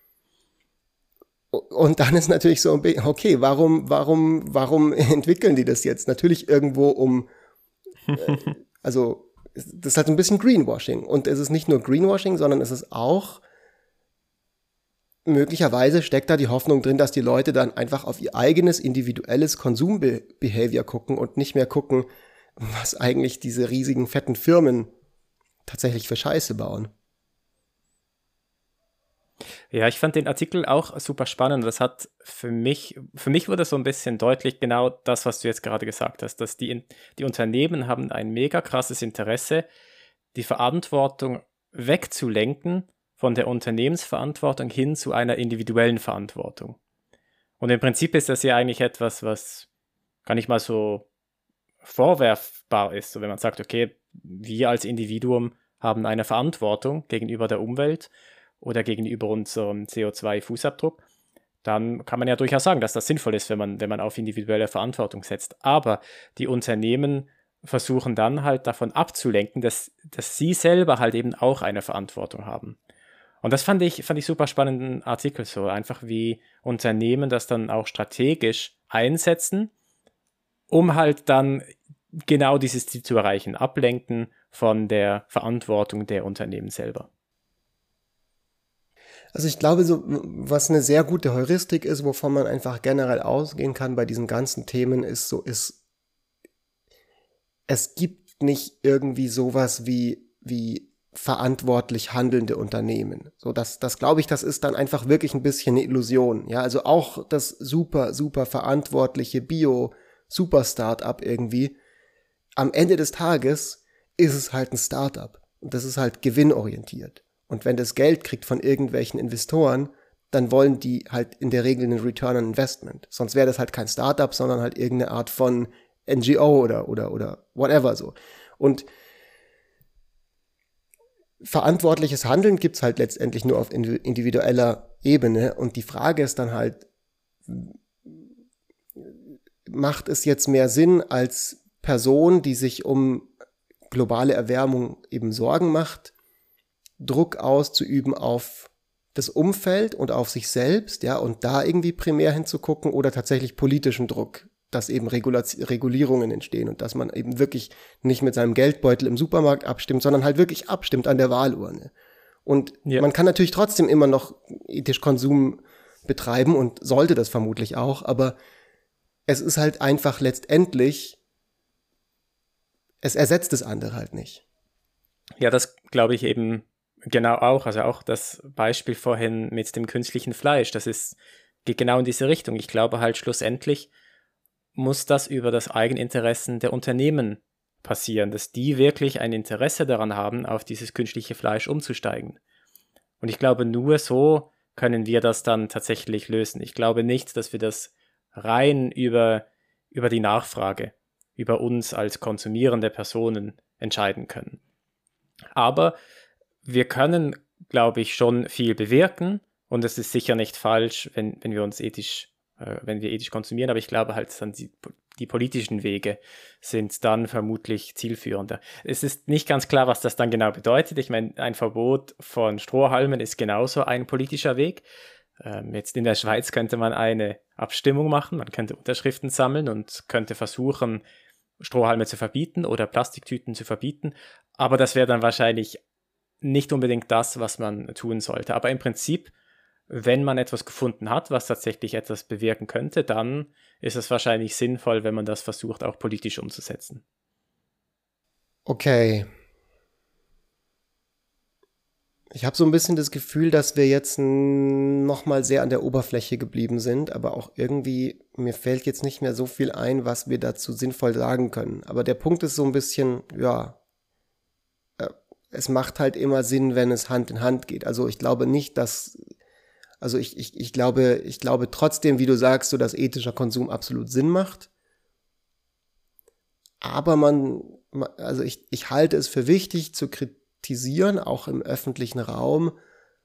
dann ist natürlich so, okay, warum entwickeln die das jetzt? Natürlich irgendwo also das ist halt ein bisschen Greenwashing. Und es ist nicht nur Greenwashing, sondern es ist auch möglicherweise steckt da die Hoffnung drin, dass die Leute dann einfach auf ihr eigenes individuelles Konsumbehavior gucken und nicht mehr gucken, was eigentlich diese riesigen, fetten Firmen tatsächlich für Scheiße bauen. Ja, ich fand den Artikel auch super spannend. Das hat für mich wurde so ein bisschen deutlich genau das, was du jetzt gerade gesagt hast, dass die Unternehmen haben ein mega krasses Interesse, die Verantwortung wegzulenken von der Unternehmensverantwortung hin zu einer individuellen Verantwortung. Und im Prinzip ist das ja eigentlich etwas, was gar nicht mal so vorwerfbar ist. So, wenn man sagt, okay, wir als Individuum haben eine Verantwortung gegenüber der Umwelt oder gegenüber unserem CO2-Fußabdruck, dann kann man ja durchaus sagen, dass das sinnvoll ist, wenn man auf individuelle Verantwortung setzt. Aber die Unternehmen versuchen dann halt davon abzulenken, dass sie selber halt eben auch eine Verantwortung haben. Und das fand ich super spannenden Artikel so, einfach wie Unternehmen das dann auch strategisch einsetzen, um halt dann genau dieses Ziel zu erreichen, ablenken von der Verantwortung der Unternehmen selber. Also ich glaube, so was eine sehr gute Heuristik ist, wovon man einfach generell ausgehen kann bei diesen ganzen Themen, ist, es gibt nicht irgendwie sowas wie verantwortlich handelnde Unternehmen. So, das glaube ich, das ist dann einfach wirklich ein bisschen eine Illusion. Ja, also auch das super, super verantwortliche Bio-Super-Startup irgendwie. Am Ende des Tages ist es halt ein Startup. Und das ist halt gewinnorientiert. Und wenn das Geld kriegt von irgendwelchen Investoren, dann wollen die halt in der Regel einen Return on Investment. Sonst wäre das halt kein Startup, sondern halt irgendeine Art von NGO oder whatever so. Und verantwortliches Handeln gibt's halt letztendlich nur auf individueller Ebene. Und die Frage ist dann halt, macht es jetzt mehr Sinn als Person, die sich um globale Erwärmung eben Sorgen macht, Druck auszuüben auf das Umfeld und auf sich selbst, ja, und da irgendwie primär hinzugucken oder tatsächlich politischen Druck, dass eben Regulierungen entstehen und dass man eben wirklich nicht mit seinem Geldbeutel im Supermarkt abstimmt, sondern halt wirklich abstimmt an der Wahlurne. Und man kann natürlich trotzdem immer noch ethisch Konsum betreiben und sollte das vermutlich auch, aber es ist halt einfach letztendlich, es ersetzt das andere halt nicht. Ja, das glaube ich eben genau auch. Also auch das Beispiel vorhin mit dem künstlichen Fleisch, geht genau in diese Richtung. Ich glaube halt schlussendlich muss das über das Eigeninteressen der Unternehmen passieren, dass die wirklich ein Interesse daran haben, auf dieses künstliche Fleisch umzusteigen. Und ich glaube, nur so können wir das dann tatsächlich lösen. Ich glaube nicht, dass wir das rein über die Nachfrage, über uns als konsumierende Personen entscheiden können. Aber wir können, glaube ich, schon viel bewirken und es ist sicher nicht falsch, wenn wir ethisch konsumieren, aber ich glaube halt, dann die politischen Wege sind dann vermutlich zielführender. Es ist nicht ganz klar, was das dann genau bedeutet. Ich meine, ein Verbot von Strohhalmen ist genauso ein politischer Weg. Jetzt in der Schweiz könnte man eine Abstimmung machen, man könnte Unterschriften sammeln und könnte versuchen, Strohhalme zu verbieten oder Plastiktüten zu verbieten, aber das wäre dann wahrscheinlich nicht unbedingt das, was man tun sollte. Aber im Prinzip, wenn man etwas gefunden hat, was tatsächlich etwas bewirken könnte, dann ist es wahrscheinlich sinnvoll, wenn man das versucht, auch politisch umzusetzen. Okay. Ich habe so ein bisschen das Gefühl, dass wir jetzt noch mal sehr an der Oberfläche geblieben sind, aber auch irgendwie, mir fällt jetzt nicht mehr so viel ein, was wir dazu sinnvoll sagen können. Aber der Punkt ist so ein bisschen, ja, es macht halt immer Sinn, wenn es Hand in Hand geht. Also ich glaube nicht, ich glaube trotzdem, wie du sagst, so dass ethischer Konsum absolut Sinn macht. Aber ich halte es für wichtig zu kritisieren, auch im öffentlichen Raum,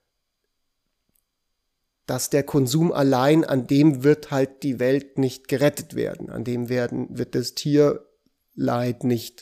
dass der Konsum allein, an dem wird halt die Welt nicht gerettet werden. An dem wird das Tierleid nicht,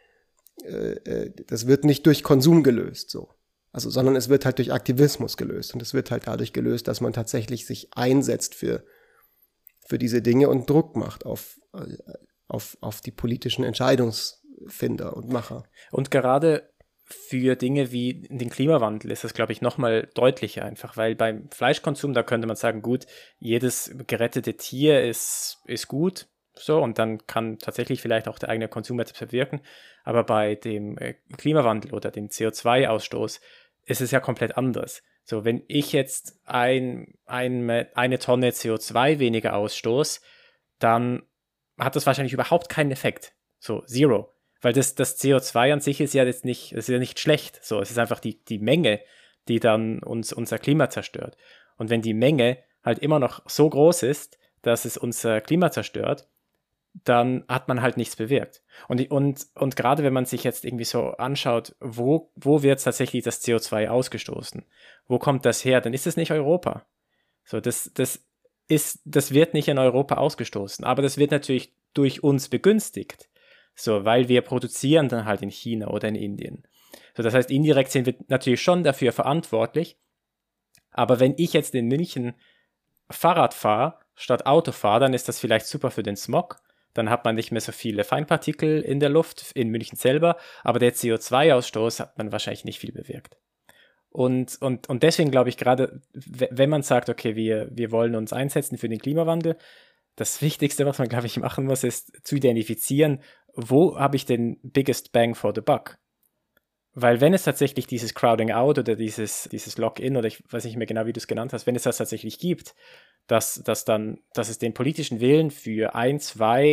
das wird nicht durch Konsum gelöst, so. Also, sondern es wird halt durch Aktivismus gelöst. Und es wird halt dadurch gelöst, dass man tatsächlich sich einsetzt für diese Dinge und Druck macht auf die politischen Entscheidungsfinder und Macher. Und gerade für Dinge wie den Klimawandel ist das, glaube ich, nochmal deutlicher einfach, weil beim Fleischkonsum, da könnte man sagen, gut, jedes gerettete Tier ist gut, so, und dann kann tatsächlich vielleicht auch der eigene Konsum etwas bewirken, aber bei dem Klimawandel oder dem CO2-Ausstoß ist es ja komplett anders. So, wenn ich jetzt eine Tonne CO2 weniger ausstoße, dann hat das wahrscheinlich überhaupt keinen Effekt. So, zero. Weil das CO2 an sich ist ja jetzt nicht schlecht. So, es ist einfach die Menge, die dann unser Klima zerstört. Und wenn die Menge halt immer noch so groß ist, dass es unser Klima zerstört, dann hat man halt nichts bewirkt. Und gerade wenn man sich jetzt irgendwie so anschaut, wo wird tatsächlich das CO2 ausgestoßen? Wo kommt das her? Dann ist es nicht Europa. So, das wird nicht in Europa ausgestoßen, aber das wird natürlich durch uns begünstigt. So, weil wir produzieren dann halt in China oder in Indien. So, das heißt, indirekt sind wir natürlich schon dafür verantwortlich. Aber wenn ich jetzt in München Fahrrad fahre statt Auto fahre, dann ist das vielleicht super für den Smog. Dann hat man nicht mehr so viele Feinpartikel in der Luft, in München selber, aber der CO2-Ausstoß hat man wahrscheinlich nicht viel bewirkt. Und deswegen glaube ich gerade, wenn man sagt, okay, wir wollen uns einsetzen für den Klimawandel, das Wichtigste, was man, glaube ich, machen muss, ist zu identifizieren, wo habe ich den biggest bang for the buck? Weil wenn es tatsächlich dieses Crowding out oder dieses Lock-in oder ich weiß nicht mehr genau, wie du es genannt hast, wenn es das tatsächlich gibt, dass es den politischen Willen für 1, 2,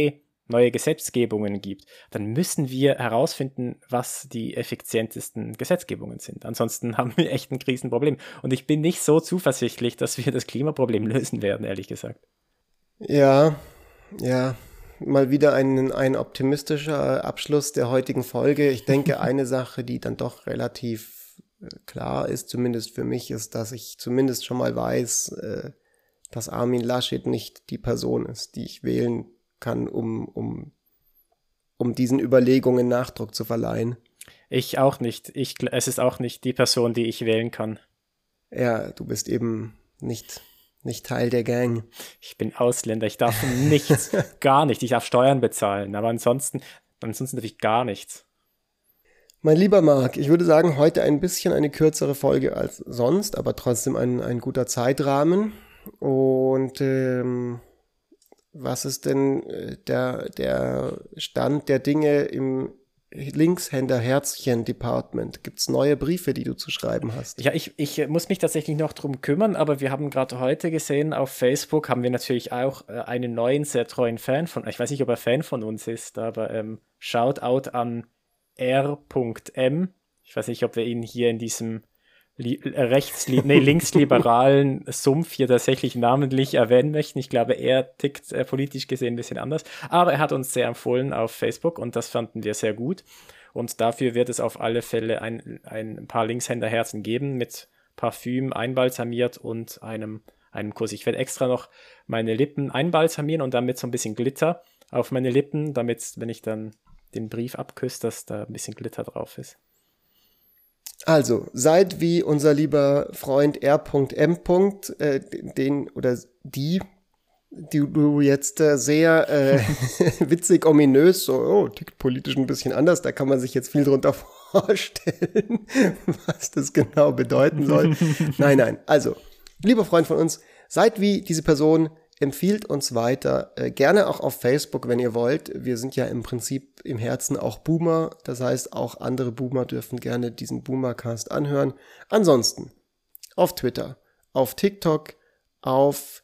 neue Gesetzgebungen gibt, dann müssen wir herausfinden, was die effizientesten Gesetzgebungen sind. Ansonsten haben wir echt ein Krisenproblem. Und ich bin nicht so zuversichtlich, dass wir das Klimaproblem lösen werden, ehrlich gesagt. Ja, mal wieder ein optimistischer Abschluss der heutigen Folge. Ich denke, eine Sache, die dann doch relativ klar ist, zumindest für mich, ist, dass ich zumindest schon mal weiß, dass Armin Laschet nicht die Person ist, die ich wählen kann, um diesen Überlegungen Nachdruck zu verleihen. Ich auch nicht. Es ist auch nicht die Person, die ich wählen kann. Ja, du bist eben nicht Teil der Gang. Ich bin Ausländer, ich darf nichts, gar nicht. Ich darf Steuern bezahlen, aber ansonsten darf ich gar nichts. Mein lieber Marc, ich würde sagen, heute ein bisschen eine kürzere Folge als sonst, aber trotzdem ein guter Zeitrahmen. Und was ist denn der Stand der Dinge im Linkshänder-Herzchen-Department? Gibt es neue Briefe, die du zu schreiben hast? Ja, ich muss mich tatsächlich noch drum kümmern, aber wir haben gerade heute gesehen, auf Facebook haben wir natürlich auch einen neuen, sehr treuen Fan von, ich weiß nicht, ob er Fan von uns ist, aber Shoutout an R.M. Ich weiß nicht, ob wir ihn hier in diesem linksliberalen Sumpf hier tatsächlich namentlich erwähnen möchten. Ich glaube, er tickt politisch gesehen ein bisschen anders. Aber er hat uns sehr empfohlen auf Facebook und das fanden wir sehr gut. Und dafür wird es auf alle Fälle ein paar Linkshänderherzen geben mit Parfüm einbalsamiert und einem Kuss. Ich werde extra noch meine Lippen einbalsamieren und damit so ein bisschen Glitter auf meine Lippen, damit, wenn ich dann den Brief abküsse, dass da ein bisschen Glitter drauf ist. Also, seid wie unser lieber Freund R.M. Den oder die du jetzt sehr witzig, ominös, so, tickt politisch ein bisschen anders, da kann man sich jetzt viel drunter vorstellen, was das genau bedeuten soll. Nein, also, lieber Freund von uns, seid wie diese Person, empfiehlt uns weiter, gerne auch auf Facebook, wenn ihr wollt. Wir sind ja im Prinzip im Herzen auch Boomer, das heißt, auch andere Boomer dürfen gerne diesen Boomercast anhören. Ansonsten auf Twitter, auf TikTok, auf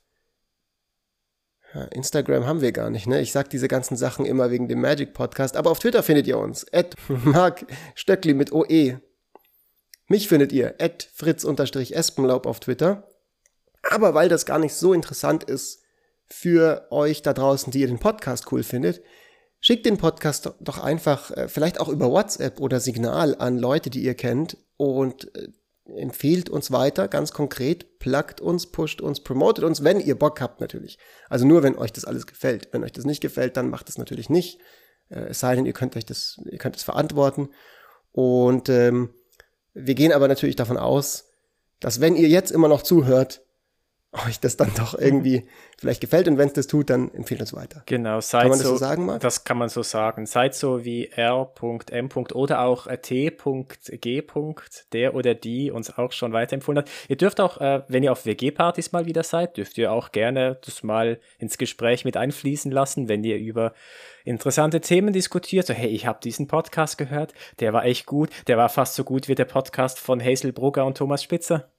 Instagram haben wir gar nicht, ne? Ich sag diese ganzen Sachen immer wegen dem Magic Podcast, aber auf Twitter findet ihr uns, @Marc Stöckli mit OE. Mich findet ihr, @Fritz_Espenlaub auf Twitter. Aber weil das gar nicht so interessant ist für euch da draußen, die ihr den Podcast cool findet, schickt den Podcast doch einfach, vielleicht auch über WhatsApp oder Signal an Leute, die ihr kennt und empfehlt uns weiter, ganz konkret, pluggt uns, pusht uns, promotet uns, wenn ihr Bock habt natürlich. Also nur, wenn euch das alles gefällt. Wenn euch das nicht gefällt, dann macht es natürlich nicht. Es sei denn, ihr könnt es verantworten. Und wir gehen aber natürlich davon aus, dass wenn ihr jetzt immer noch zuhört, euch das dann doch irgendwie vielleicht gefällt und wenn es das tut, dann empfehlt uns weiter. Genau, seid kann man das so sagen, Marc? Das kann man so sagen. Seid so wie R.M. oder auch T.G. der oder die uns auch schon weiterempfohlen hat. Ihr dürft auch, wenn ihr auf WG-Partys mal wieder seid, dürft ihr auch gerne das mal ins Gespräch mit einfließen lassen, wenn ihr über interessante Themen diskutiert. So, hey, ich habe diesen Podcast gehört, der war echt gut, der war fast so gut wie der Podcast von Hazel Brugger und Thomas Spitzer.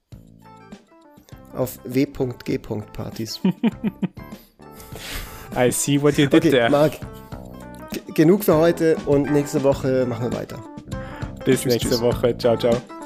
Auf W.G.Partys. I see what you did there. Marc, genug für heute und nächste Woche machen wir weiter. Bis nächste Woche. Ciao, ciao.